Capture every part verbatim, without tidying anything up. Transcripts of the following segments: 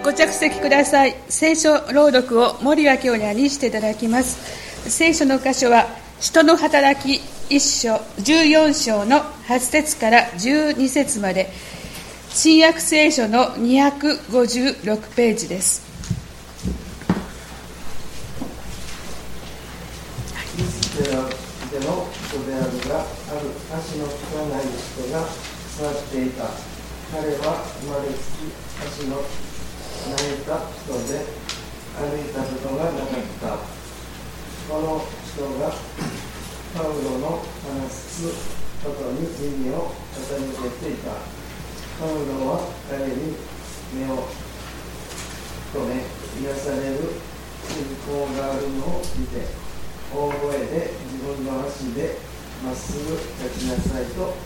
ご着席ください。聖書朗読を森脇オニャにしていただきます。聖書の箇所は使徒の働きいっ章じゅうよん章のはち節からじゅうに節まで、新約聖書のにひゃくごじゅうろくページです。 リステラでの人であるが、ある足のつかない人が座っていた。彼は生まれつき足の泣いた人で、歩いたことがなかった。この人がパウロの話すことに耳を傾けていた。パウロは彼に目を留め、癒される信仰があるのを見て、大声で自分の足でまっすぐ立ちなさいと言った。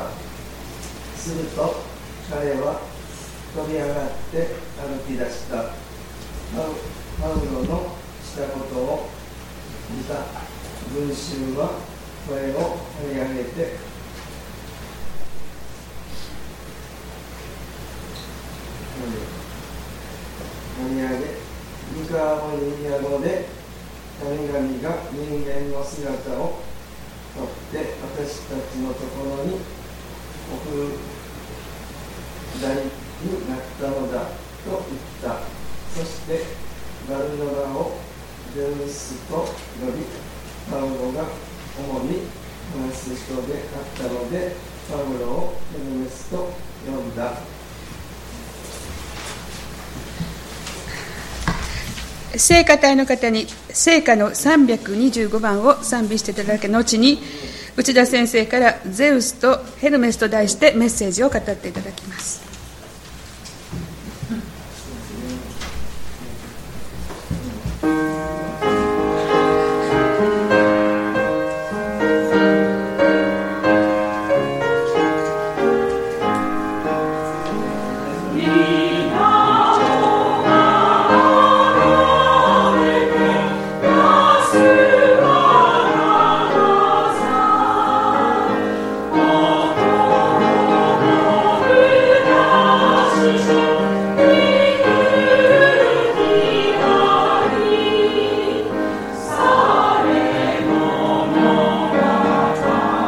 すると彼は飛び上がって歩き出した。パウロのしたことを見た群衆は声を張り上げて、張り上げ、ミカーボニア語で神々が人間の姿をとって私たちのところに送る代になったのだと言った。そしてバルナバをゼウスと呼び、パウロが主に話す人であったので、パウロをヘルメスと呼んだ。 聖歌隊の方に聖歌のさんびゃくにじゅうごばんを賛美していただき、後に内田先生からゼウスとヘルメスと題してメッセージを語っていただきます。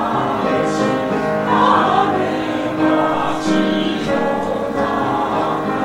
「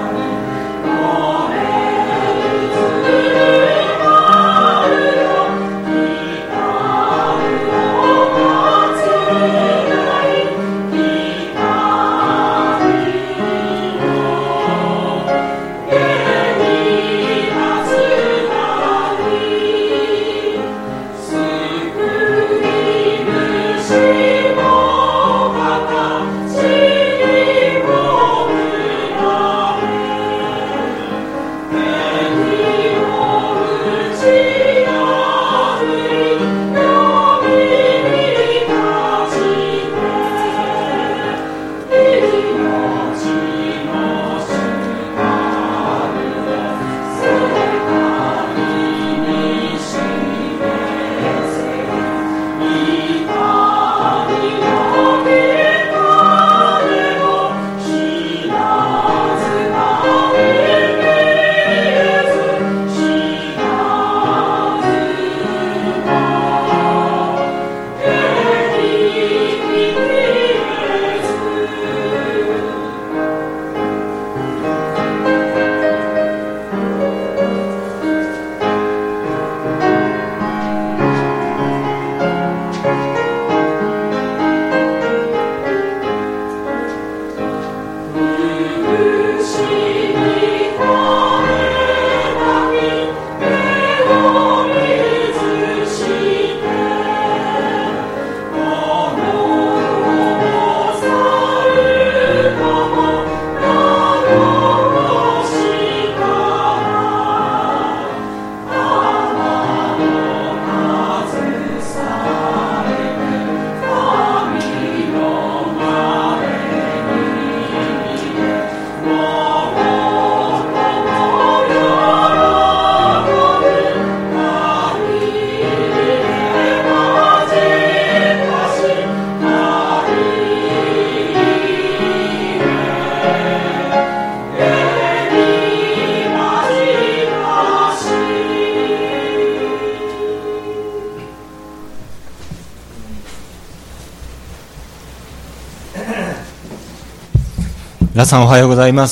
皆さんおはようございます。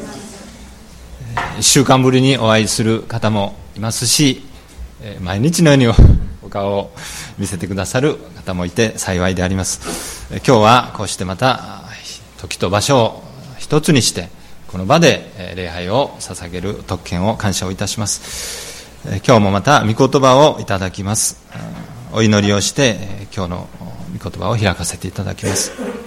一週間ぶりにお会いする方もいますし、毎日のようにお顔を見せてくださる方もいて幸いであります。今日はこうしてまた時と場所を一つにしてこの場で礼拝を捧げる特権を感謝をいたします。今日もまた御言葉をいただきます。お祈りをして今日の御言葉を開かせていただきます。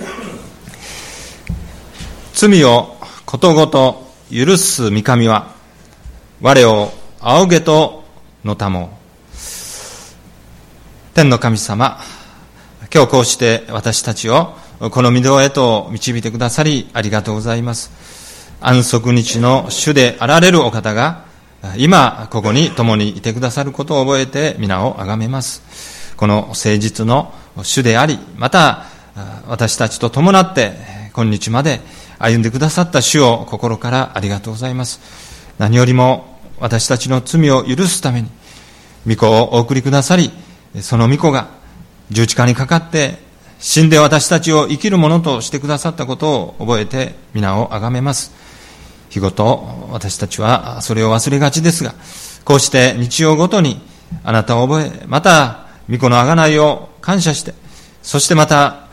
罪をことごと許す御神は我を仰げとのたもう。天の神様、今日こうして私たちをこの御堂へと導いてくださりありがとうございます。安息日の主であられるお方が今ここに共にいてくださることを覚えて皆をあがめます。この誠実の主であり、また私たちと伴って今日まで歩んでくださった主を心からありがとうございます。何よりも私たちの罪を許すために御子をお送りくださり、その御子が十字架にかかって死んで私たちを生きるものとしてくださったことを覚えて皆をあがめます。日ごと私たちはそれを忘れがちですが、こうして日曜ごとにあなたを覚え、また御子の贖いを感謝して、そしてまた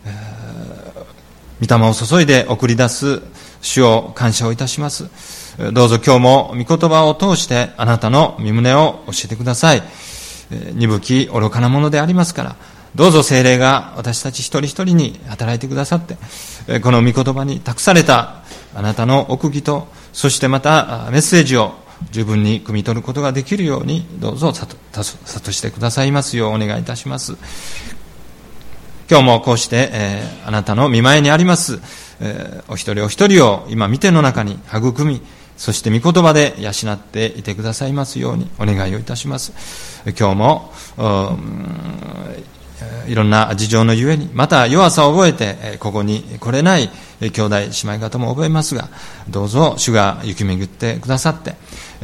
御霊を注いで送り出す主を感謝をいたします。どうぞ今日も御言葉を通してあなたの御胸を教えてください。鈍き愚かなものでありますから、どうぞ聖霊が私たち一人一人に働いてくださって、この御言葉に託されたあなたの奥義と、そしてまたメッセージを十分に汲み取ることができるように、どうぞ諭してくださいますようお願いいたします。今日もこうして、えー、あなたの御前にあります、えー、お一人お一人を今見ての中に育み、そして御言葉で養っていてくださいますようにお願いをいたします。今日もいろんな事情のゆえに、また弱さを覚えてここに来れない兄弟姉妹方も覚えますが、どうぞ主が行き巡ってくださって、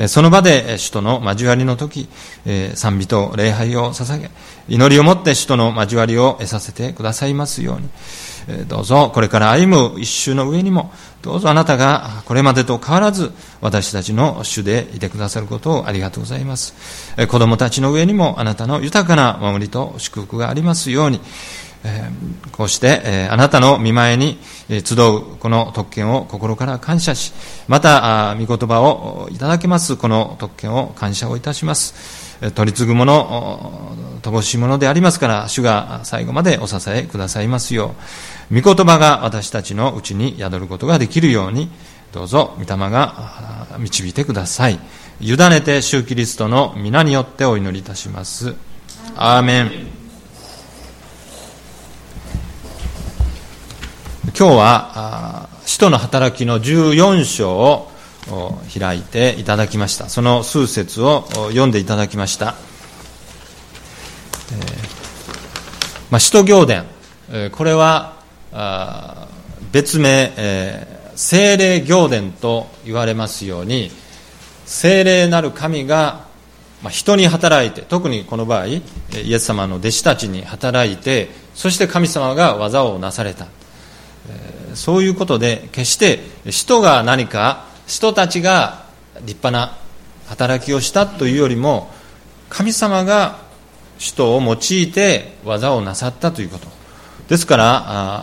その場で主との交わりの時、賛美と礼拝を捧げ、祈りをもって主との交わりを得させてくださいますように、どうぞこれから歩む一周の上にも、どうぞあなたがこれまでと変わらず私たちの主でいてくださることをありがとうございます。子供たちの上にもあなたの豊かな守りと祝福がありますように、こうしてあなたの御前に集うこの特権を心から感謝し、また御言葉をいただけますこの特権を感謝をいたします。取り継ぐもの、乏しいものでありますから、主が最後までお支えくださいますよう、御言葉が私たちのうちに宿ることができるように、どうぞ御霊が導いてください。委ねて主キリストの皆によってお祈りいたします。アーメン。今日は使徒の働きのじゅうよん章を開いていただきました。その数節を読んでいただきました。えーまあ、使徒行伝、えー、これはあ別名、えー、聖霊行伝と言われますように、聖霊なる神が、まあ、人に働いて、特にこの場合イエス様の弟子たちに働いて、そして神様が技をなされた、えー、そういうことで、決して使徒が何か使徒たちが立派な働きをしたというよりも、神様が使徒を用いて技をなさったということですから、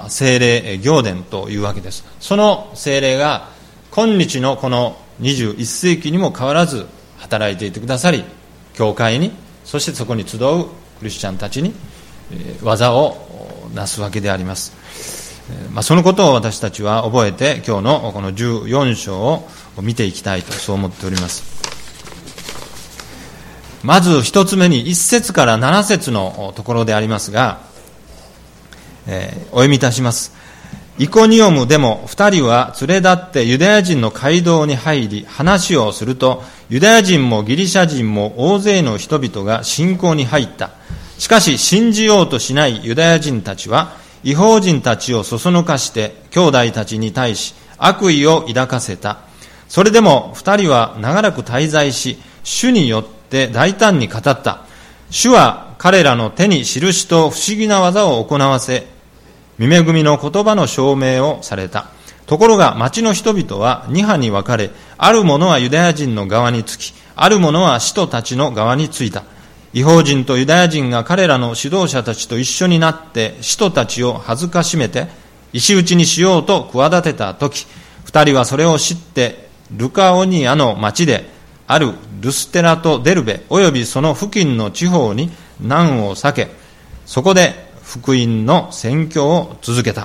聖霊行伝というわけです。その聖霊が今日のこのにじゅういっ世紀にも変わらず働いていてくださり、教会に、そしてそこに集うクリスチャンたちに技をなすわけであります。まあ、そのことを私たちは覚えて、今日のこのじゅうよん章を見ていきたいと、そう思っております。まず一つ目にいち節からなな節のところでありますが、えー、お読みいたします。イコニオムでも二人は連れ立ってユダヤ人の街道に入り話をすると、ユダヤ人もギリシャ人も大勢の人々が信仰に入った。しかし信じようとしないユダヤ人たちは異邦人たちをそそのかして兄弟たちに対し悪意を抱かせた。それでも二人は長らく滞在し、主によって大胆に語った。主は彼らの手に印と不思議な技を行わせ、御恵みの言葉の証明をされた。 ところが町の人々は二派に分かれ、ある者はユダヤ人の側につき、ある者は使徒たちの側についた。異邦人とユダヤ人が彼らの指導者たちと一緒になって使徒たちを恥ずかしめて石打ちにしようと企てたとき、二人はそれを知ってルカオニアの町であるルステラとデルベおよびその付近の地方に難を避け、そこで福音の宣教を続けた。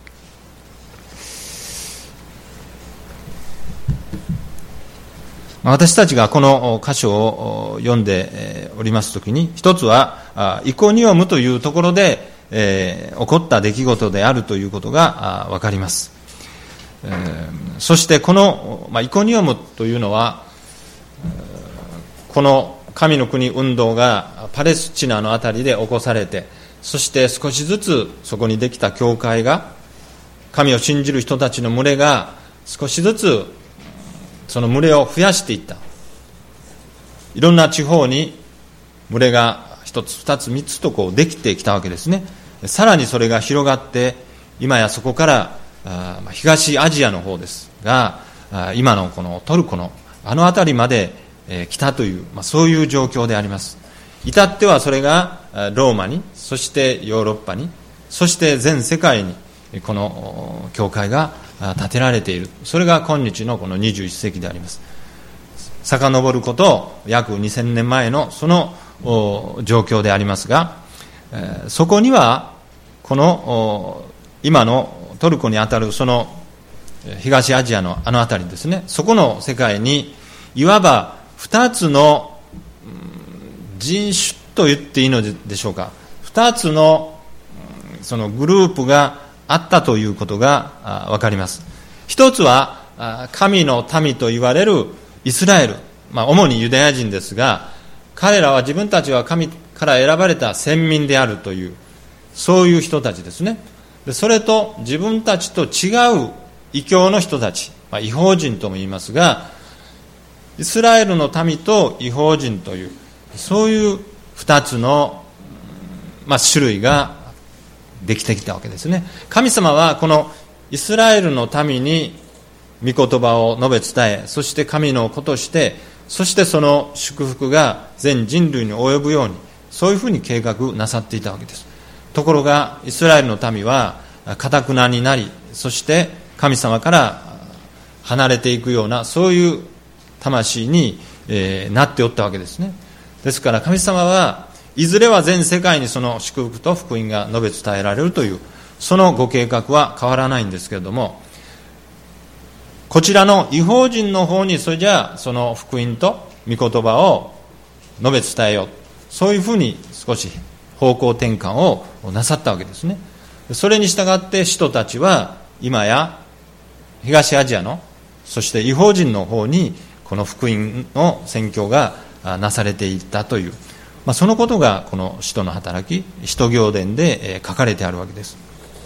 私たちがこの箇所を読んでおりますときに、一つはイコニオムというところで、えー、起こった出来事であるということがわかります。えー、そしてこの、まあ、イコニオムというのは、この神の国運動がパレスチナのあたりで起こされて、そして少しずつそこにできた教会が、神を信じる人たちの群れが少しずつその群れを増やしていった。いろんな地方に群れが一つ二つ三つとこうできてきたわけですね。さらにそれが広がって、今やそこからあ東アジアの方ですが、今のこのトルコのあの辺りまで来たという、まあ、そういう状況であります。至ってはそれがローマに、そしてヨーロッパに、そして全世界にこの教会が建てられている。それが今日のこのにじゅういっ世紀であります。遡ること約にせんねんまえのその状況でありますが、そこにはこの今のトルコにあたるその東アジアのあの辺りですね、そこの世界にいわば二つの人種と言っていいのでしょうか、二つのそのグループがあったということがわかります。一つは神の民と言われるイスラエル、まあ、主にユダヤ人ですが、彼らは自分たちは神から選ばれた先民であるという、そういう人たちですね。でそれと自分たちと違う異教の人たち、まあ、異邦人とも言いますが、イスラエルの民と異邦人という、そういう二つの、まあ、種類ができてきたわけですね。神様はこのイスラエルの民に御言葉を述べ伝え、そして神の子として、そしてその祝福が全人類に及ぶように、そういうふうに計画なさっていたわけです。ところがイスラエルの民は堅なになり、そして神様から離れていくような、そういう魂に、えー、なっておったわけですね。ですから神様はいずれは全世界にその祝福と福音が述べ伝えられるという、そのご計画は変わらないんですけれども、こちらの異邦人の方にそれじゃあその福音と御言葉を述べ伝えよう、そういうふうに少し方向転換をなさったわけですね。それに従って使徒たちは今や東アジアの、そして異邦人の方にこの福音の宣教がなされていったという、まあ、そのことがこの使徒の働き、使徒行伝で書かれてあるわけです。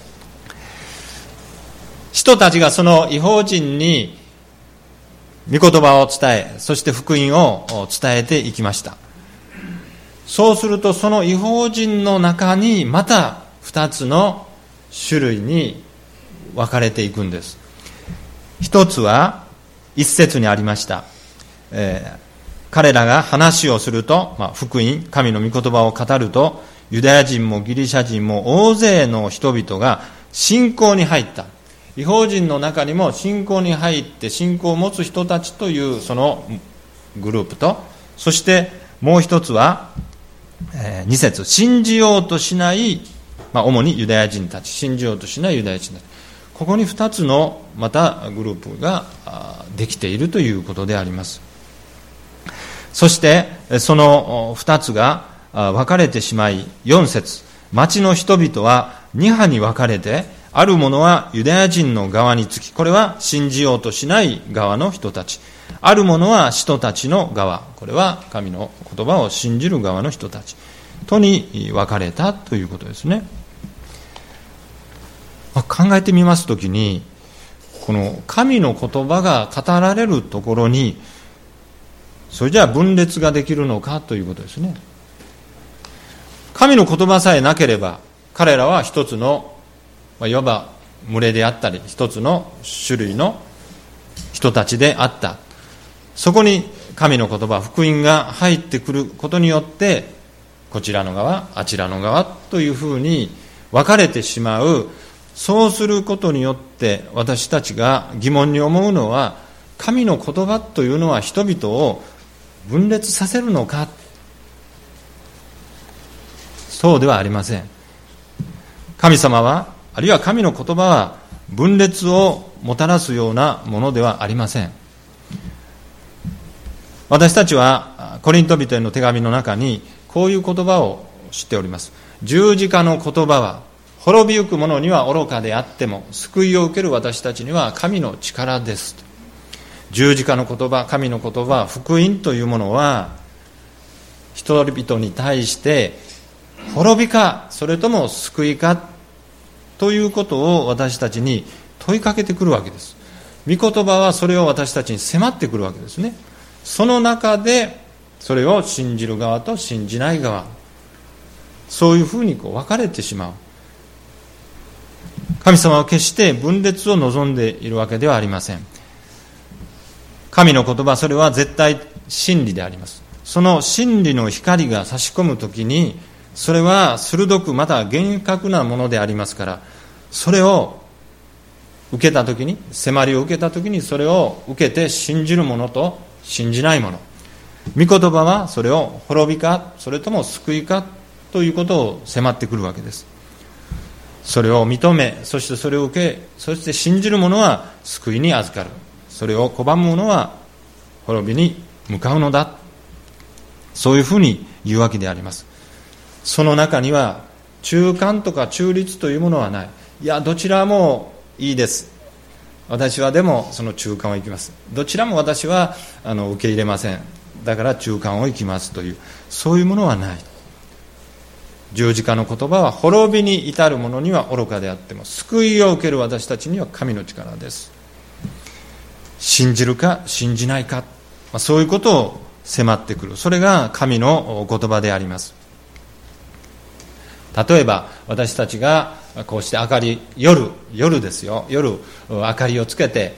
使徒たちがその異邦人に御言葉を伝え、そして福音を伝えていきました。そうするとその異邦人の中にまた二つの種類に分かれていくんです。一つは一節にありました、えー彼らが話をすると、まあ、福音、神の御言葉を語ると、ユダヤ人もギリシャ人も大勢の人々が信仰に入った。異邦人の中にも信仰に入って信仰を持つ人たちというそのグループと、そしてもう一つは、えー、二節、信じようとしない、まあ、主にユダヤ人たち、信じようとしないユダヤ人たち。ここに二つのまたグループができているということであります。そしてその二つが分かれてしまい、四節、町の人々は二派に分かれて、ある者はユダヤ人の側につき、これは信じようとしない側の人たち、ある者は使徒たちの側、これは神の言葉を信じる側の人たちとに分かれたということですね。考えてみますときに、この神の言葉が語られるところにそれじゃあ分裂ができるのかということですね。神の言葉さえなければ、彼らは一つの、まあ、いわば群れであったり、一つの種類の人たちであった。そこに神の言葉、福音が入ってくることによって、こちらの側、あちらの側というふうに分かれてしまう。そうすることによって私たちが疑問に思うのは、神の言葉というのは人々を分裂させるのか。そうではありません。神様は、あるいは神の言葉は分裂をもたらすようなものではありません。私たちはコリント人への手紙の中にこういう言葉を知っております。十字架の言葉は滅びゆく者には愚かであっても救いを受ける私たちには神の力です。十字架の言葉、神の言葉、福音というものは人々に対して滅びかそれとも救いかということを私たちに問いかけてくるわけです。御言葉はそれを私たちに迫ってくるわけですね。その中でそれを信じる側と信じない側、そういうふうにこう分かれてしまう。神様は決して分裂を望んでいるわけではありません。神の言葉、それは絶対真理であります。その真理の光が差し込むときに、それは鋭くまた厳格なものでありますから、それを受けたときに、迫りを受けたときに、それを受けて信じる者と信じない者、御言葉はそれを滅びかそれとも救いかということを迫ってくるわけです。それを認め、そしてそれを受け、そして信じる者は救いに預かる。それを拒む者は滅びに向かうのだ。そういうふうに言うわけであります。その中には中間とか中立というものはない。いや、どちらもいいです。私はでもその中間を行きます。どちらも私はあの受け入れません。だから中間を行きますという、そういうものはない。十字架の言葉は滅びに至る者には愚かであっても救いを受ける私たちには神の力です。信じるか信じないか、そういうことを迫ってくる。それが神の言葉であります。例えば私たちがこうして明かり、夜夜ですよ、夜明かりをつけて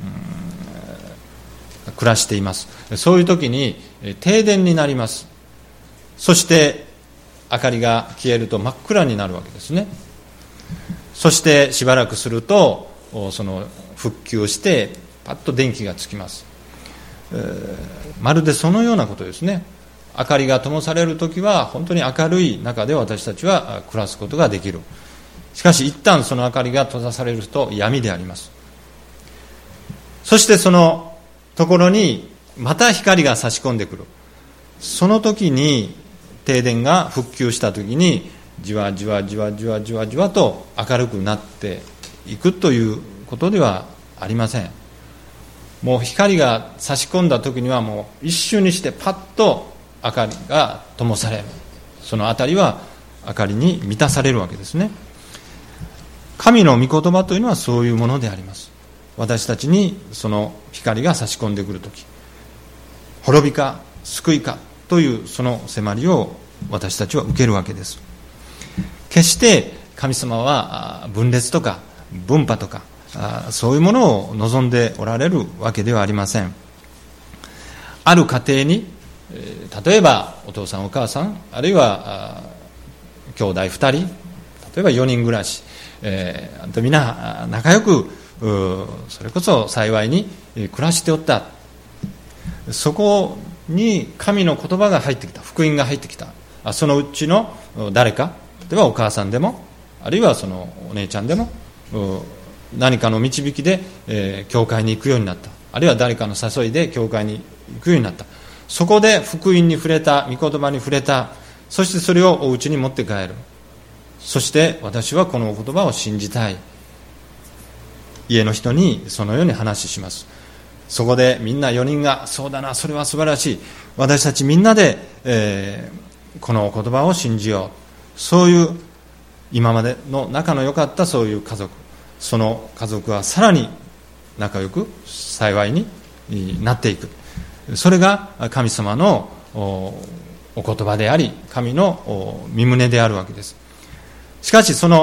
暮らしています。そういう時に停電になります。そして明かりが消えると真っ暗になるわけですね。そしてしばらくするとその復旧してパッと電気がつきます。えー、まるでそのようなことですね。明かりが灯されるときは本当に明るい中で私たちは暮らすことができる。しかし一旦その明かりが閉ざされると闇であります。そしてそのところにまた光が差し込んでくる。その時に停電が復旧した時にじわじわじわじわじわじわと明るくなっていくということではありません。もう光が差し込んだ時にはもう一瞬にしてパッと明かりが灯される。そのあたりは明かりに満たされるわけですね。神の御言葉というのはそういうものであります。私たちにその光が差し込んでくるとき、滅びか救いかというその迫りを私たちは受けるわけです。決して神様は分裂とか分派とかそういうものを望んでおられるわけではありません。ある家庭に例えばお父さんお母さん、あるいは兄弟ふたり、例えばよにん暮らし、えー、みんな仲良くそれこそ幸いに暮らしておった。そこに神の言葉が入ってきた、福音が入ってきた。そのうちの誰か、例えばお母さんでもあるいはそのお姉ちゃんでも何かの導きで、えー、教会に行くようになった。あるいは誰かの誘いで教会に行くようになった。そこで福音に触れた、御言葉に触れた。そしてそれをお家に持って帰る。そして私はこのお言葉を信じたい。家の人にそのように話します。そこでみんなよにんがそうだな、それは素晴らしい。私たちみんなで、えー、このお言葉を信じよう。そういう今までの仲の良かったそういう家族、その家族はさらに仲良く幸いになっていく。それが神様のお言葉であり、神の御胸であるわけです。しかしその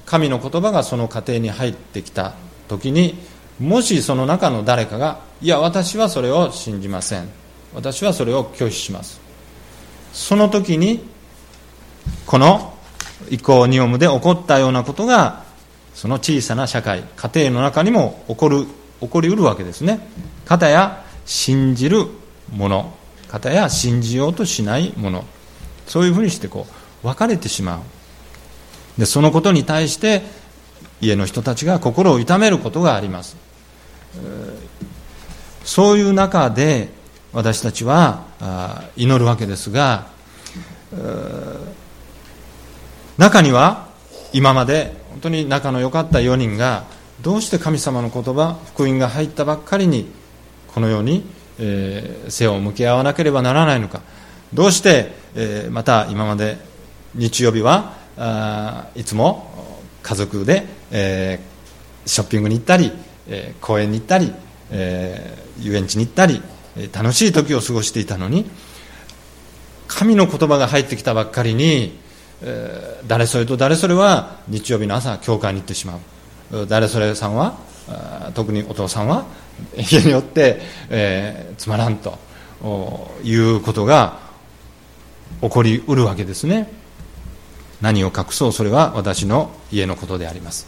神の言葉がその家庭に入ってきた時に、もしその中の誰かが、いや私はそれを信じません、私はそれを拒否します、その時にこのイコニオムで起こったようなことが、その小さな社会、家庭の中にも起こる起こりうるわけですね。かたや信じるもの、かたや信じようとしないもの、そういうふうにしてこう分かれてしまう。でそのことに対して家の人たちが心を痛めることがあります。そういう中で私たちは祈るわけですが、中には今まで本当に仲の良かったよにんが、どうして神様の言葉、福音が入ったばっかりにこのように、えー、背を向け合わなければならないのか、どうして、えー、また今まで日曜日はあいつも家族で、えー、ショッピングに行ったり、えー、公園に行ったり、えー、遊園地に行ったり、楽しい時を過ごしていたのに、神の言葉が入ってきたばっかりに、えー、誰それと誰それは日曜日の朝教会に行ってしまう、誰それさんは、特にお父さんは家によって、えー、つまらんということが起こりうるわけですね。何を隠そう、それは私の家のことであります。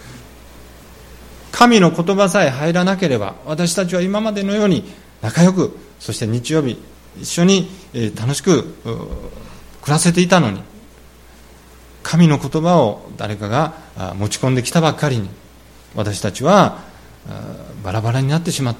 神の言葉さえ入らなければ、私たちは今までのように仲良く、そして日曜日一緒に楽しく暮らせていたのに、神の言葉を誰かが持ち込んできたばっかりに、私たちはバラバラになってしまった。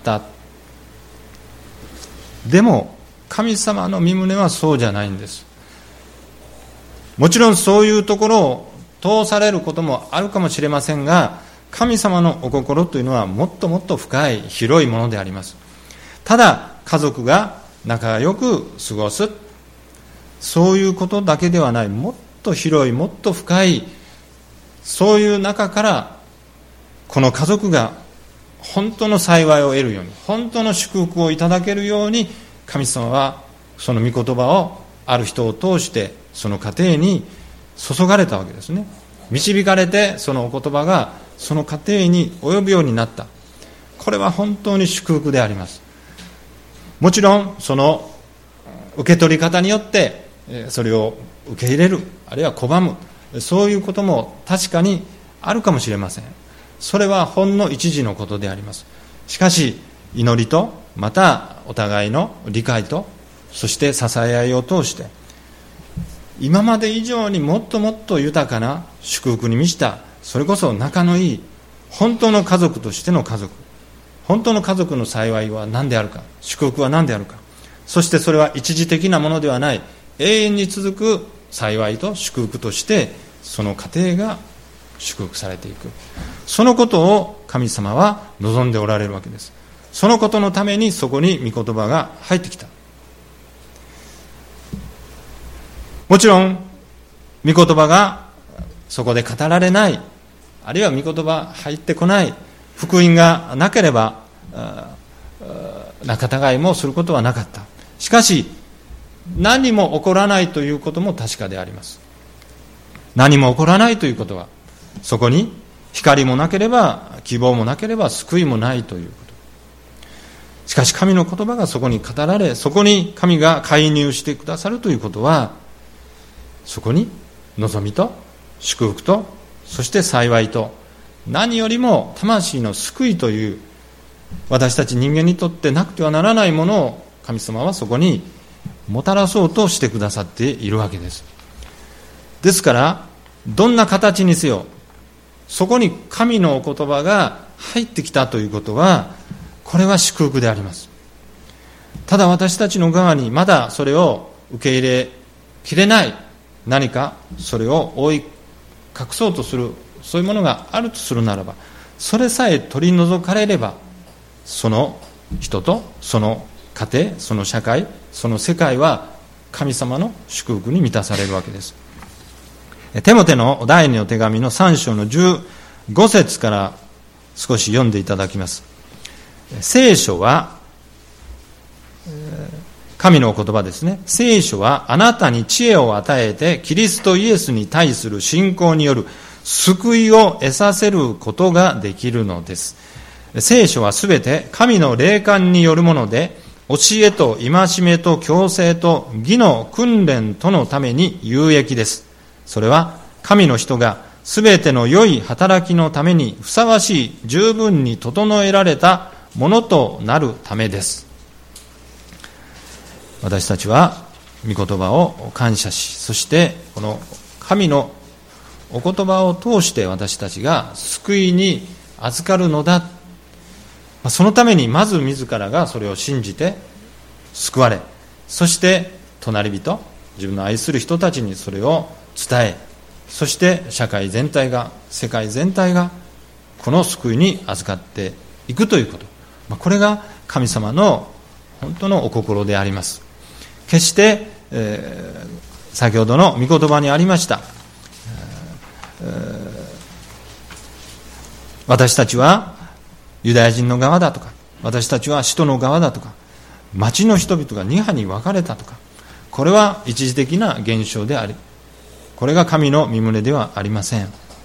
でも神様の御胸はそうじゃないんです。もちろんそういうところを通されることもあるかもしれませんが、神様のお心というのはもっともっと深い広いものであります。ただ家族が仲良く過ごす、そういうことだけではない、もっと広いもっと深い、そういう中からこの家族が本当の幸いを得るように、本当の祝福をいただけるように、神様はその御言葉をある人を通してその家庭に注がれたわけですね。導かれてそのお言葉がその家庭に及ぶようになった。これは本当に祝福であります。もちろんその受け取り方によってそれを受け入れる、あるいは拒む、そういうことも確かにあるかもしれません。それはほんの一時のことであります。しかし祈りと、またお互いの理解と、そして支え合いを通して、今まで以上にもっともっと豊かな祝福に満ちた、それこそ仲のいい本当の家族としての家族、本当の家族の幸いは何であるか、祝福は何であるか、そしてそれは一時的なものではない、永遠に続く幸いと祝福としてその家庭が祝福されていく、そのことを神様は望んでおられるわけです。そのことのためにそこに御言葉が入ってきた。もちろん御言葉がそこで語られない、あるいは御言葉入ってこない、福音がなければ仲違いもすることはなかった。しかし何も起こらないということも確かであります。何も起こらないということは、そこに光もなければ希望もなければ救いもないということ。しかし神の言葉がそこに語られ、そこに神が介入してくださるということは、そこに望みと祝福と、そして幸いと、何よりも魂の救いという、私たち人間にとってなくてはならないものを神様はそこにもたらそうとしてくださっているわけです。ですからどんな形にせよ、そこに神のお言葉が入ってきたということは、これは祝福であります。ただ私たちの側にまだそれを受け入れきれない、何かそれを覆い隠そうとする、そういうものがあるとするならば、それさえ取り除かれれば、その人とその家庭、その社会、その世界は神様の祝福に満たされるわけです。テモテの第二の手紙のさん章のじゅうご節から少し読んでいただきます。聖書は、神のお言葉ですね。聖書はあなたに知恵を与えて、キリストイエスに対する信仰による救いを得させることができるのです。聖書はすべて神の霊感によるもので、教えと戒めと矯正と義の訓練とのために有益です。それは神の人がすべての良い働きのためにふさわしい、十分に整えられたものとなるためです。私たちは御言葉を感謝し、そしてこの神のお言葉を通して私たちが救いに預かるのだ。そのためにまず自らがそれを信じて救われ、そして隣人、自分の愛する人たちにそれを伝え、そして社会全体が、世界全体がこの救いに預かっていくということ、これが神様の本当のお心であります。決して、えー、先ほどの御言葉にありました、えー、私たちはユダヤ人の側だとか、私たちは使徒の側だとか、町の人々が二派に分かれたとか、これは一時的な現象であり、これが神の御胸ではありません。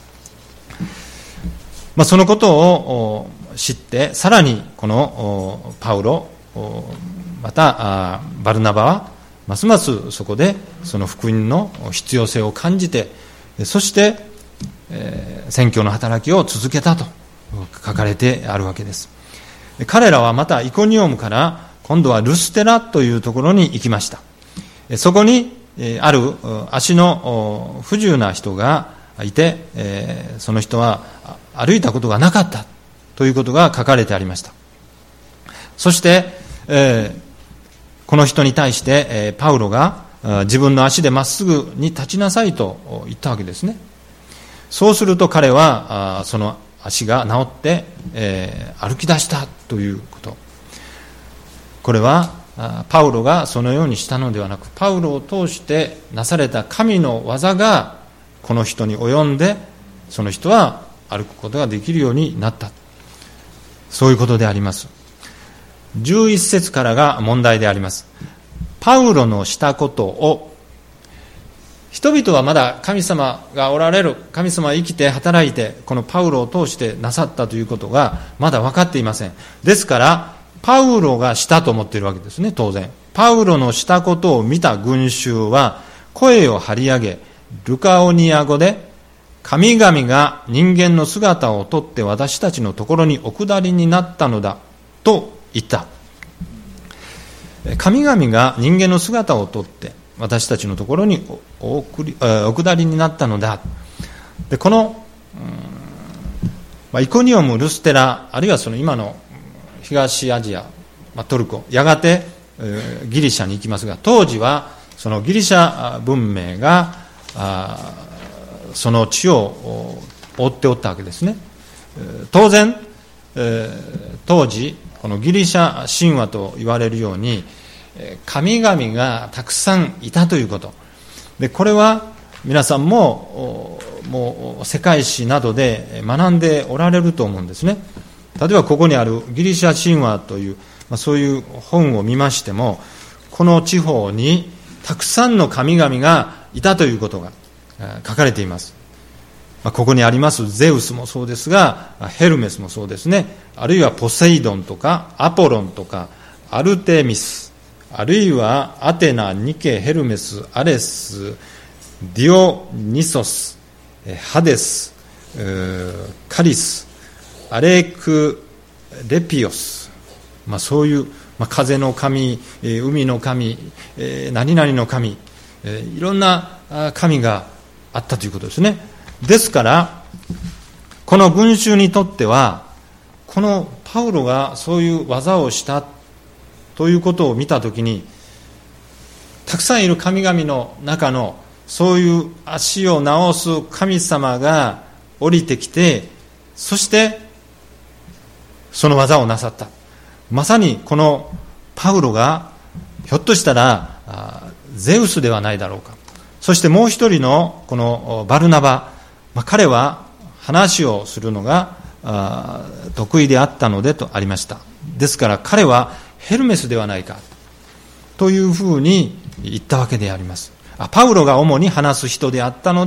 まあ、そのことを知って、さらにこのパウロ、またバルナバはますますそこでその福音の必要性を感じて、そして宣教の働きを続けたと書かれてあるわけです。彼らはまたイコニオムから今度はルステラというところに行きました。そこにある足の不自由な人がいて、その人は歩いたことがなかったということが書かれてありました。そしてこの人に対してパウロが自分の足でまっすぐに立ちなさいと言ったわけですね。そうすると彼はその足が治って、えー、歩き出したということ。これはパウロがそのようにしたのではなく、パウロを通してなされた神の技がこの人に及んで、その人は歩くことができるようになった、そういうことであります。じゅういち節からが問題であります。パウロのしたことを、人々はまだ神様がおられる、神様は生きて働いてこのパウロを通してなさったということがまだ分かっていません。ですからパウロがしたと思っているわけですね。当然パウロのしたことを見た群衆は声を張り上げ、ルカオニア語で、神々が人間の姿をとって私たちのところにお下りになったのだと言った。神々が人間の姿をとって私たちのところに お, お, りお下りになったのだ。でこの、まあ、イコニオム、ルステラ、あるいはその今の東アジア、まあ、トルコ、やがて、えー、ギリシャに行きますが、当時はそのギリシャ文明があその地を覆っておったわけですね。当然、えー、当時このギリシャ神話と言われるように神々がたくさんいたということで、これは皆さんももう世界史などで学んでおられると思うんですね。例えばここにあるギリシャ神話という、まあ、そういう本を見ましても、この地方にたくさんの神々がいたということが書かれています。まあ、ここにありますゼウスもそうですが、ヘルメスもそうですね、あるいはポセイドンとかアポロンとかアルテミス、あるいはアテナ、ニケ、ヘルメス、アレス、ディオニソス、ハデス、カリス、アレクレピオス、まあ、そういう、まあ、風の神、海の神、何々の神、いろんな神があったということですね。ですからこの群衆にとっては、このパウロがそういう技をしたということを見たときに、たくさんいる神々の中のそういう足を治す神様が降りてきて、そしてその技をなさった。まさにこのパウロがひょっとしたらゼウスではないだろうか。そしてもう一人のこのバルナバ、まあ、彼は話をするのが得意であったのでとありました。ですから彼はヘルメスではないかというふうに言ったわけであります。パウロが主に話す人であったので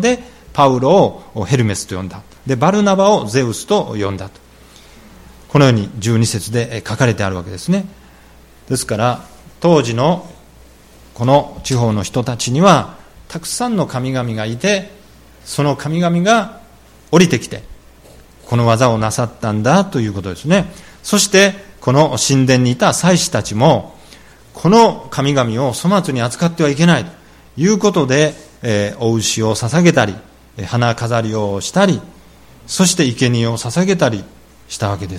パウロをヘルメスと呼んだ。でバルナバをゼウスと呼んだと、このようにじゅうに節で書かれてあるわけですね。ですから当時のこの地方の人たちにはたくさんの神々がいて、その神々が降りてきてこの技をなさったんだということですね。そしてこの神殿にいた祭司たちもこの神々を粗末に扱ってはいけないということで、えー、お牛を捧げたり花飾りをしたり、そして生贄を捧げたりしたわけです。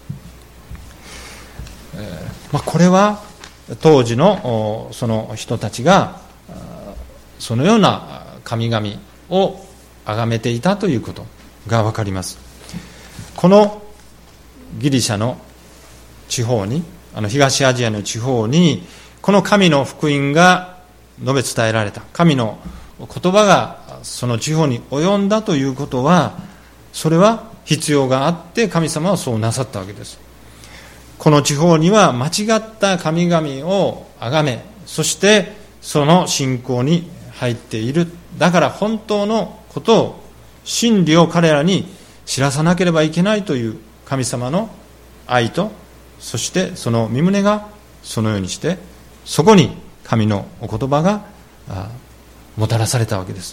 えーまあ、これは当時のその人たちがそのような神々を崇めていたということが分かります。このギリシャの地方に、あの東アジアの地方にこの神の福音が述べ伝えられた、神の言葉がその地方に及んだということは、それは必要があって神様はそうなさったわけです。この地方には間違った神々を崇め、そしてその信仰に入っている。だから本当のことを、真理を彼らに知らさなければいけないという神様の愛と、そしてその身旨がそのようにして、そこに神のお言葉がもたらされたわけです。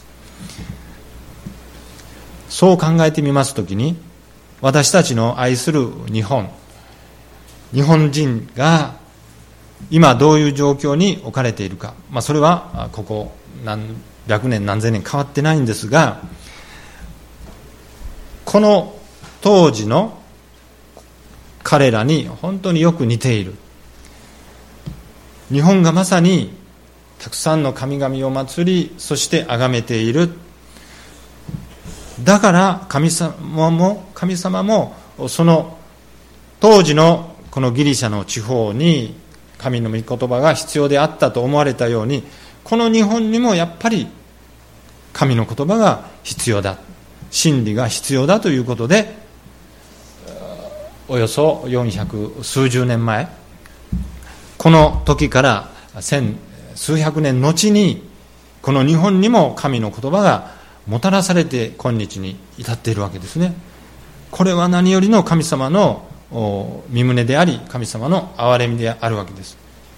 そう考えてみますときに、私たちの愛する日本、日本人が今どういう状況に置かれているか、まあ、それはここ何百年何千年変わってないんですが、この当時の彼らに本当によく似ている。日本がまさにたくさんの神々を祀り、そして崇めている。だから神様も神様もその当時のこのギリシャの地方に神の御言葉が必要であったと思われたように、この日本にもやっぱり神の言葉が必要だ、真理が必要だということで、およそよんひゃく数十年前、この時から千数百年後にこの日本にも神の言葉がもたらされて今日に至っているわけですね。これは何よりの神様の身旨であり、神様の憐れみであるわけです。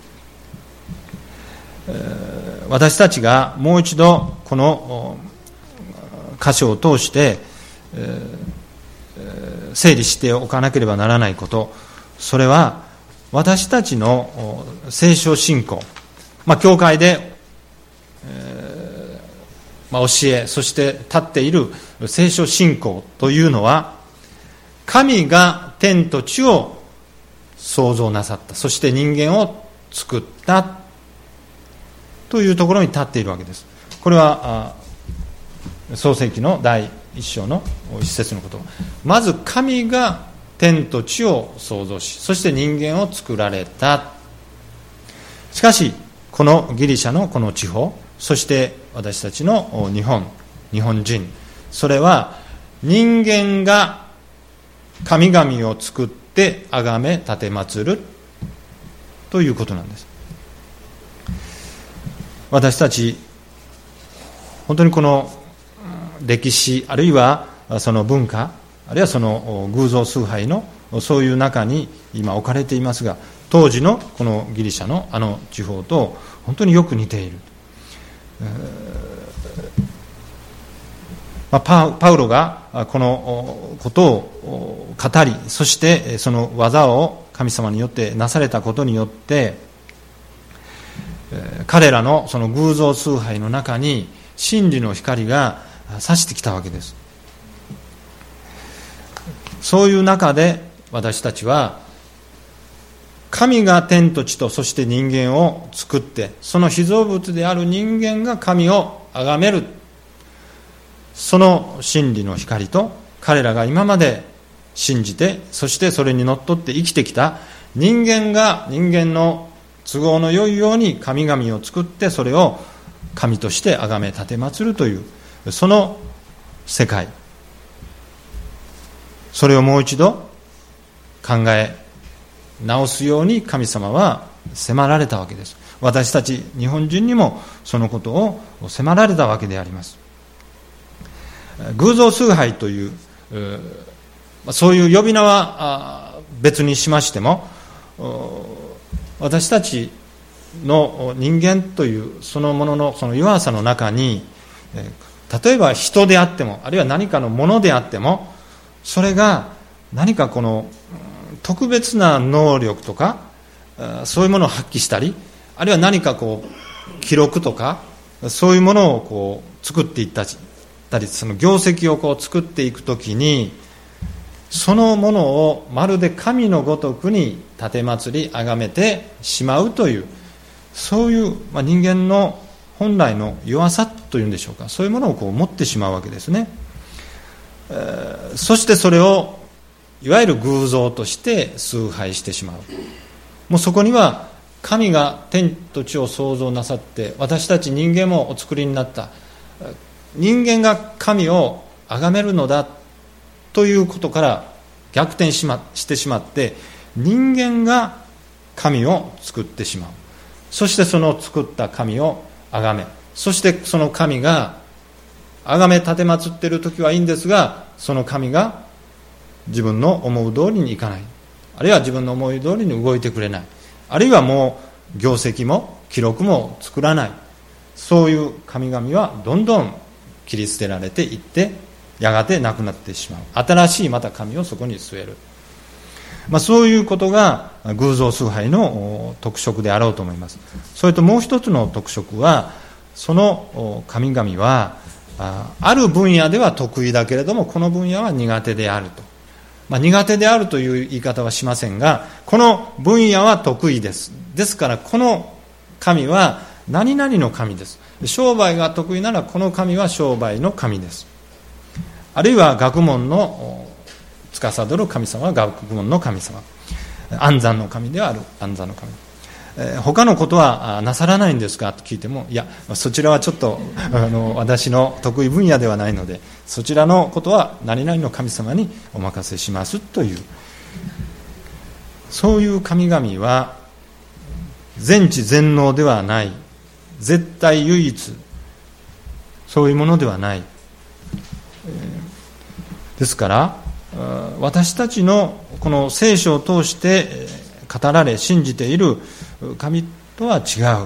私たちがもう一度この箇所を通して整理しておかなければならないこと、それは私たちの聖書信仰、まあ、教会で、えーまあ、教え、そして立っている聖書信仰というのは、神が天と地を創造なさった、そして人間を作ったというところに立っているわけです。これは創世記の第一章の一節のこと。まず神が天と地を創造し、そして人間を作られた。しかしこのギリシャのこの地方、そして私たちの日本日本人、それは人間が神々を作って崇め奉るということなんです。私たち本当にこの歴史、あるいはその文化、あるいはその偶像崇拝のそういう中に今置かれていますが、当時のこのギリシャのあの地方と本当によく似ている。まあ、パ, パウロがこのことを語り、そしてその技を神様によってなされたことによって、彼らのその偶像崇拝の中に真理の光が差してきたわけです。そういう中で私たちは、神が天と地とそして人間を作って、その被造物である人間が神を崇める、その真理の光と、彼らが今まで信じて、そしてそれにのっとって生きてきた人間が人間の都合の良いように神々を作って、それを神として崇め奉るという、その世界、それをもう一度考え直すように神様は迫られたわけです。私たち日本人にもそのことを迫られたわけであります。 偶像崇拝というそういう呼び名は別にしましても、私たちの人間というそのもののその弱さの中に、例えば人であっても、あるいは何かのものであっても、それが何かこの特別な能力とかそういうものを発揮したり、あるいは何かこう記録とかそういうものをこう作っていったり、その業績をこう作っていくときに、そのものをまるで神のごとくに奉り崇めてしまうという、そういう、まあ、人間の本来の弱さというんでしょうか、そういうものをこう持ってしまうわけですね。えー、そしてそれをいわゆる偶像として崇拝してしまう。もうそこには神が天と地を創造なさって、私たち人間もお作りになった人間が神を崇めるのだということから逆転し、ま、してしまって、人間が神を作ってしまう。そしてその作った神を崇め、そしてその神が崇め奉っている時はいいんですが、その神が自分の思う通りにいかない、あるいは自分の思い通りに動いてくれない、あるいはもう業績も記録も作らない、そういう神々はどんどん切り捨てられていって、やがてなくなってしまう。新しいまた神をそこに据える、まあ、そういうことが偶像崇拝の特色であろうと思います。それともう一つの特色は、その神々はある分野では得意だけれども、この分野は苦手であると、まあ、苦手であるという言い方はしませんが、この分野は得意です。ですからこの神は何々の神です。商売が得意ならこの神は商売の神です。あるいは学問の司る神様は学問の神様、安産の神である安産の神、えー、他のことはなさらないんですかと聞いても、いやそちらはちょっとあの私の得意分野ではないので、そちらのことは何々の神様にお任せしますという、そういう神々は全知全能ではない、絶対唯一、そういうものではない。ですから私たちのこの聖書を通して語られ信じている神とは違う。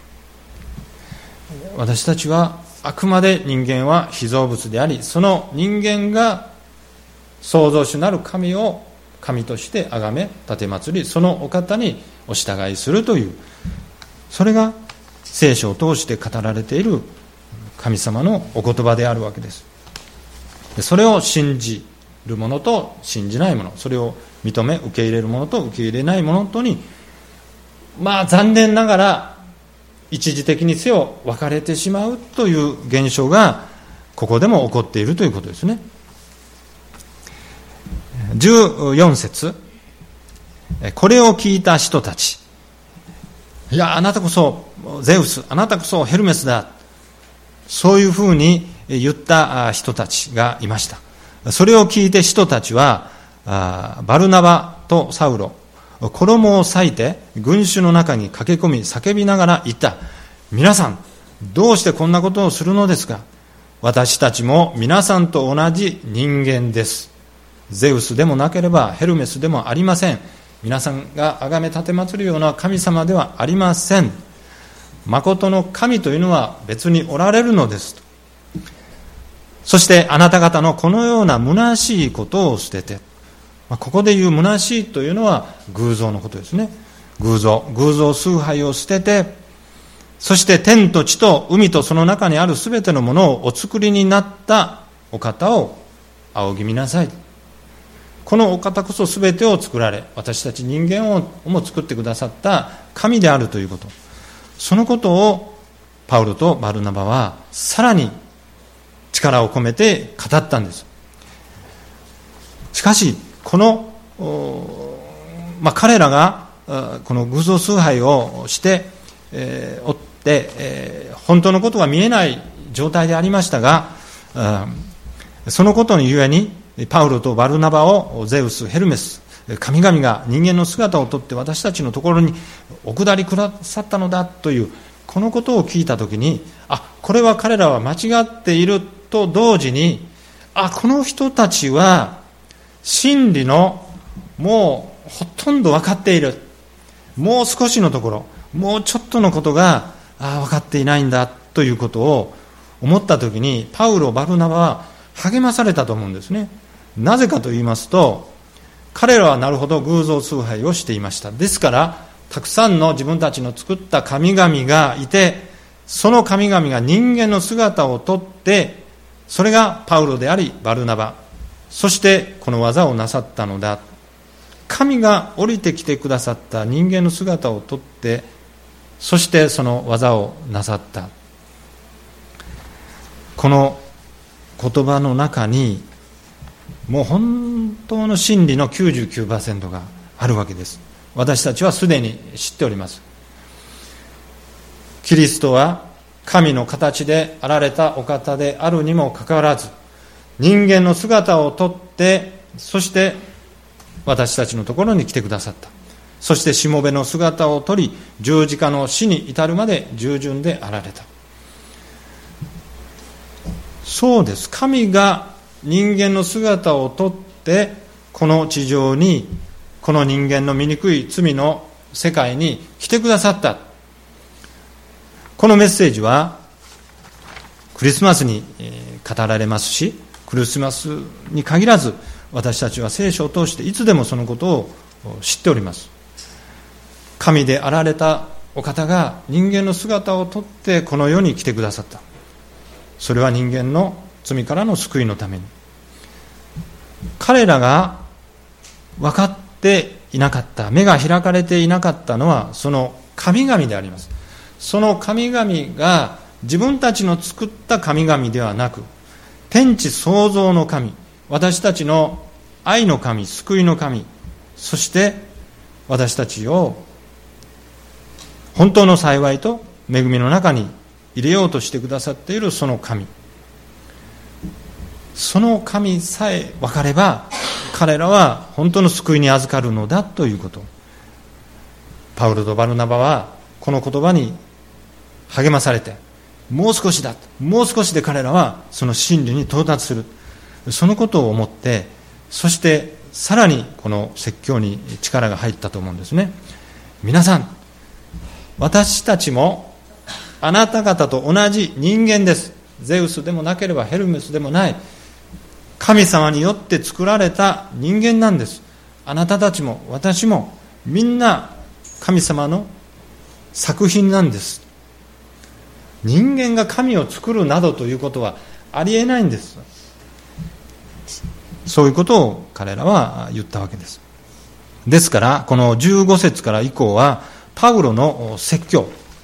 私たちはあくまで人間は被造物であり、その人間が創造主なる神を神として崇め奉り、そのお方にお従いするという、それが聖書を通して語られている神様のお言葉であるわけです。それを信じる者と信じない者、それを認め受け入れる者と受け入れない者とに、まあ残念ながら一時的にせよ分かれてしまうという現象がここでも起こっているということですね。じゅうよん節、これを聞いた人たち、いやあなたこそゼウス、あなたこそヘルメスだ、そういうふうに言った人たちがいました。それを聞いて人たちはバルナバとサウロ、衣を裂いて群衆の中に駆け込み叫びながら言った。皆さんどうしてこんなことをするのですか。私たちも皆さんと同じ人間です。ゼウスでもなければヘルメスでもありません。皆さんが崇め奉るような神様ではありません。誠の神というのは別におられるのですと。そしてあなた方のこのような虚しいことを捨てて、ここで言う虚しいというのは偶像のことですね。偶像、偶像崇拝を捨てて、そして天と地と海とその中にあるすべてのものをお作りになったお方を仰ぎ見なさい。このお方こそすべてを作られ、私たち人間をも作ってくださった神であるということ、そのことをパウロとバルナバはさらに力を込めて語ったんです。しかしこの、まあ、彼らがこの偶像崇拝をして、えー、追って、えー、本当のことが見えない状態でありましたが、そのことのゆえにパウロとバルナバをゼウス、ヘルメス、神々が人間の姿をとって私たちのところにお下りくださったのだというこのことを聞いたときに、あ、これは彼らは間違っていると同時に、 あ、この人たちは真理のもうほとんど分かっている、もう少しのところ、もうちょっとのことがあ分かっていないんだということを思ったときに、パウロ、バルナバは励まされたと思うんですね。なぜかと言いますと、彼らはなるほど偶像崇拝をしていました。ですからたくさんの自分たちの作った神々がいて、その神々が人間の姿をとって、それがパウロでありバルナバ、そしてこの技をなさったのだ。神が降りてきてくださった人間の姿をとって、そしてその技をなさった。この言葉の中にもう本当の真理の きゅうじゅうきゅうパーセント があるわけです。私たちはすでに知っております。キリストは神の形であられたお方であるにもかかわらず、人間の姿をとって、そして私たちのところに来てくださった。そしてしもべの姿をとり、十字架の死に至るまで従順であられた。そうです。神が人間の姿をとって、この地上に、この人間の醜い罪の世界に来てくださった。このメッセージはクリスマスに語られますし、クリスマスに限らず私たちは聖書を通していつでもそのことを知っております。神であられたお方が人間の姿をとってこの世に来てくださった。それは人間の罪からの救いのために。彼らが分かっていなかった、目が開かれていなかったのはその神々であります。その神々が自分たちの作った神々ではなく、天地創造の神、私たちの愛の神、救いの神、そして私たちを本当の幸いと恵みの中に入れようとしてくださっているその神、その神さえ分かれば彼らは本当の救いに預かるのだということ。パウロとバルナバはこの言葉に励まされて、もう少しだ、もう少しで彼らはその真理に到達する、そのことを思って、そしてさらにこの説教に力が入ったと思うんですね。皆さん、私たちもあなた方と同じ人間です。ゼウスでもなければヘルメスでもない、神様によって作られた人間なんです。あなたたちも私もみんな神様の作品なんです。人間が神を作るなどということはありえないんです。そういうことを彼らは言ったわけです。ですからこのじゅうご節から以降はパウロの説教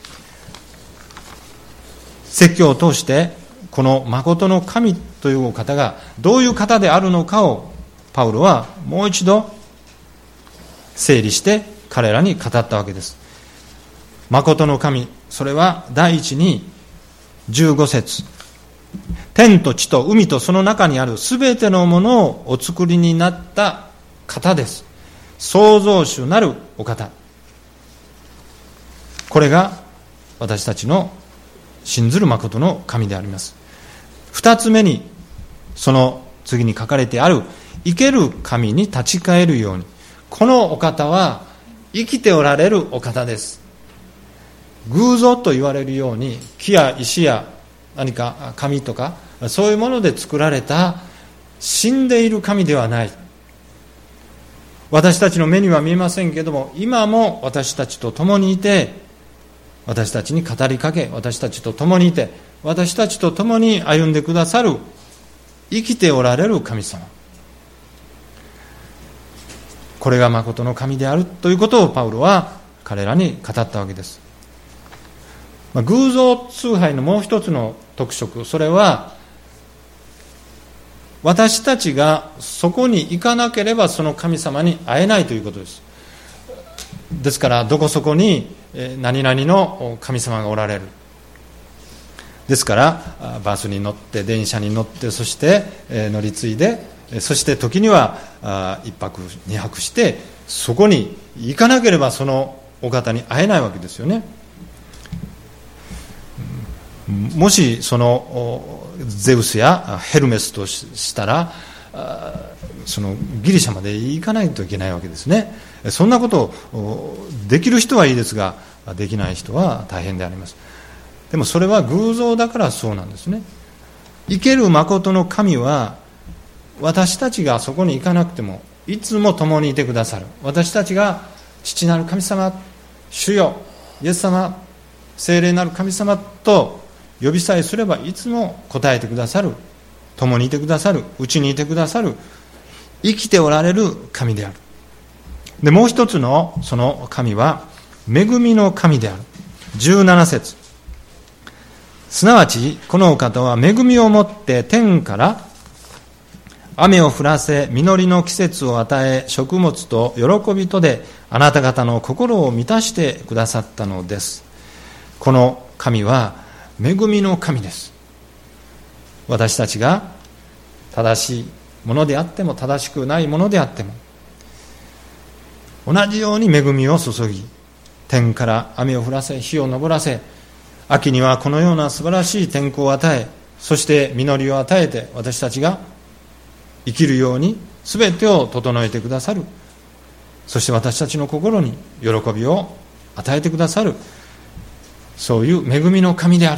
説教を通してこの誠の神というお方がどういう方であるのかをパウロはもう一度整理して彼らに語ったわけです。誠の神、それは第一にじゅうご節、天と地と海とその中にあるすべてのものをお作りになった方です。創造主なるお方、これが私たちの信ずる誠の神であります。二つ目に、その次に書かれてある生ける神に立ち返るように、このお方は生きておられるお方です。偶像と言われるように木や石や何か紙とかそういうもので作られた死んでいる神ではない。私たちの目には見えませんけれども、今も私たちと共にいて、私たちに語りかけ、私たちと共にいて、私たちと共に歩んでくださる生きておられる神様、これが誠の神であるということをパウロは彼らに語ったわけです。偶像崇拝のもう一つの特色、それは私たちがそこに行かなければその神様に会えないということです。ですからどこそこに何々の神様がおられる。ですからバスに乗って電車に乗って、そして乗り継いで、そして時には一泊二泊してそこに行かなければそのお方に会えないわけですよね。 もしそのゼウスやヘルメスとしたら、そのギリシャまで行かないといけないわけですね。そんなことをできる人はいいですが、できない人は大変であります。でもそれは偶像だからそうなんですね。生ける誠の神は、私たちがそこに行かなくてもいつも共にいてくださる。私たちが父なる神様、主よ、イエス様、聖霊なる神様と呼びさえすればいつも答えてくださる、共にいてくださる、うちにいてくださる、生きておられる神である。で、もう一つのその神は恵みの神である。じゅうなな節、すなわちこのお方は恵みをもって天から雨を降らせ、実りの季節を与え、食物と喜びとであなた方の心を満たしてくださったのです。この神は恵みの神です。私たちが正しいものであっても正しくないものであっても、同じように恵みを注ぎ、天から雨を降らせ、火を昇らせ、秋にはこのような素晴らしい天候を与え、そして実りを与えて、私たちが生きるように全てを整えてくださる。そして私たちの心に喜びを与えてくださる、そういう恵みの神である。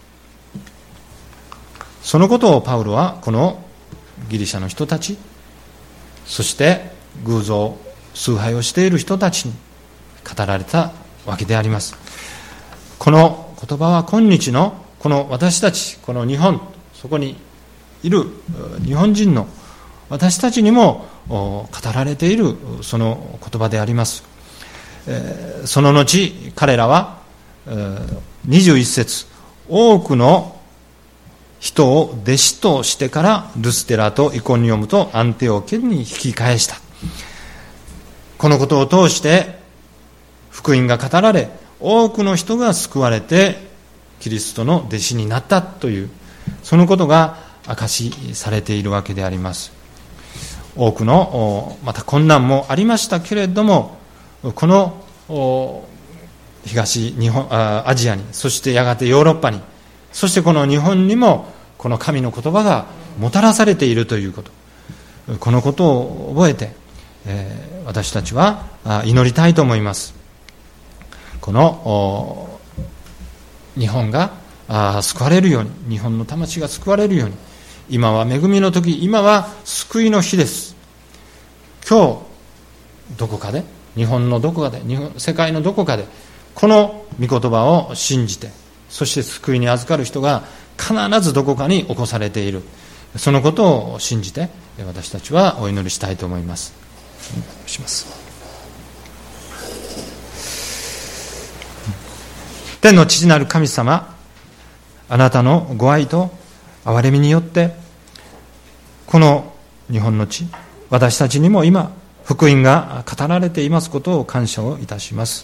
そのことをパウロはこのギリシャの人たち、そして偶像崇拝をしている人たちに語られたわけであります。この言葉は今日のこの私たち、この日本、そこにいる日本人の私たちにも語られているその言葉であります。その後彼らはにじゅういっ節、多くの人を弟子としてからルステラとイコニオムとアンテオケに引き返した。このことを通して福音が語られ、多くの人が救われてキリストの弟子になったという、そのことが証しされているわけであります。多くのまた困難もありましたけれども、この東日本アジアに、そしてやがてヨーロッパに、そしてこの日本にもこの神の言葉がもたらされているということ、このことを覚えて、えー、私たちは祈りたいと思います。この日本が救われるように、日本の魂が救われるように、今は恵みの時、今は救いの日です。今日どこかで、日本のどこかで、日本世界のどこかでこの御言葉を信じて、そして救いに預かる人が必ずどこかに起こされている、そのことを信じて私たちはお祈りしたいと思います。お願いします。天の父なる神様、あなたのご愛と憐れみによってこの日本の地、私たちにも今福音が語られていますことを感謝をいたします。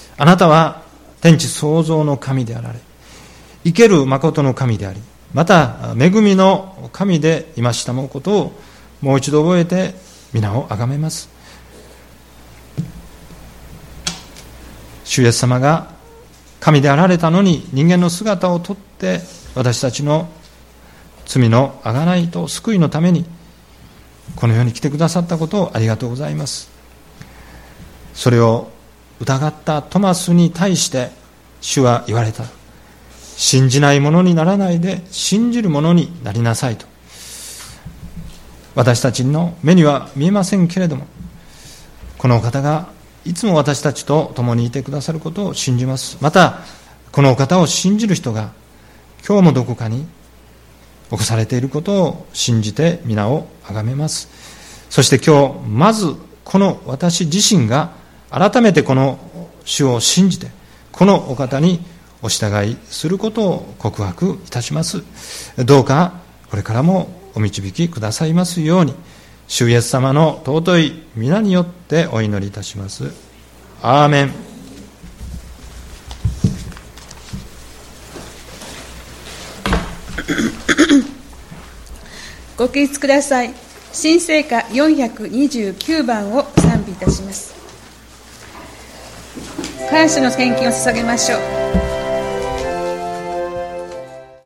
あなたは天地創造の神であられ、生ける誠の神であり、また恵みの神でいましたもことをもう一度覚えて皆をあがめます。主イエス様が神であられたのに人間の姿をとって私たちの罪の贖いと救いのためにこの世に来てくださったことをありがとうございます。それを疑ったトマスに対して主は言われた。信じない者にならないで信じる者になりなさいと。私たちの目には見えませんけれども、このお方がいつも私たちと共にいてくださることを信じます。またこのお方を信じる人が今日もどこかに起こされていることを信じて皆をあがめます。そして今日まずこの私自身が改めてこの主を信じてこのお方にお従いすることを告白いたします。どうかこれからもお導きくださいますように、主イエス様の尊い皆によってお祈りいたします。アーメン。 ご起立ください。新聖歌よんひゃくにじゅうきゅうばんを賛美いたします。感謝の献金を捧げましょう。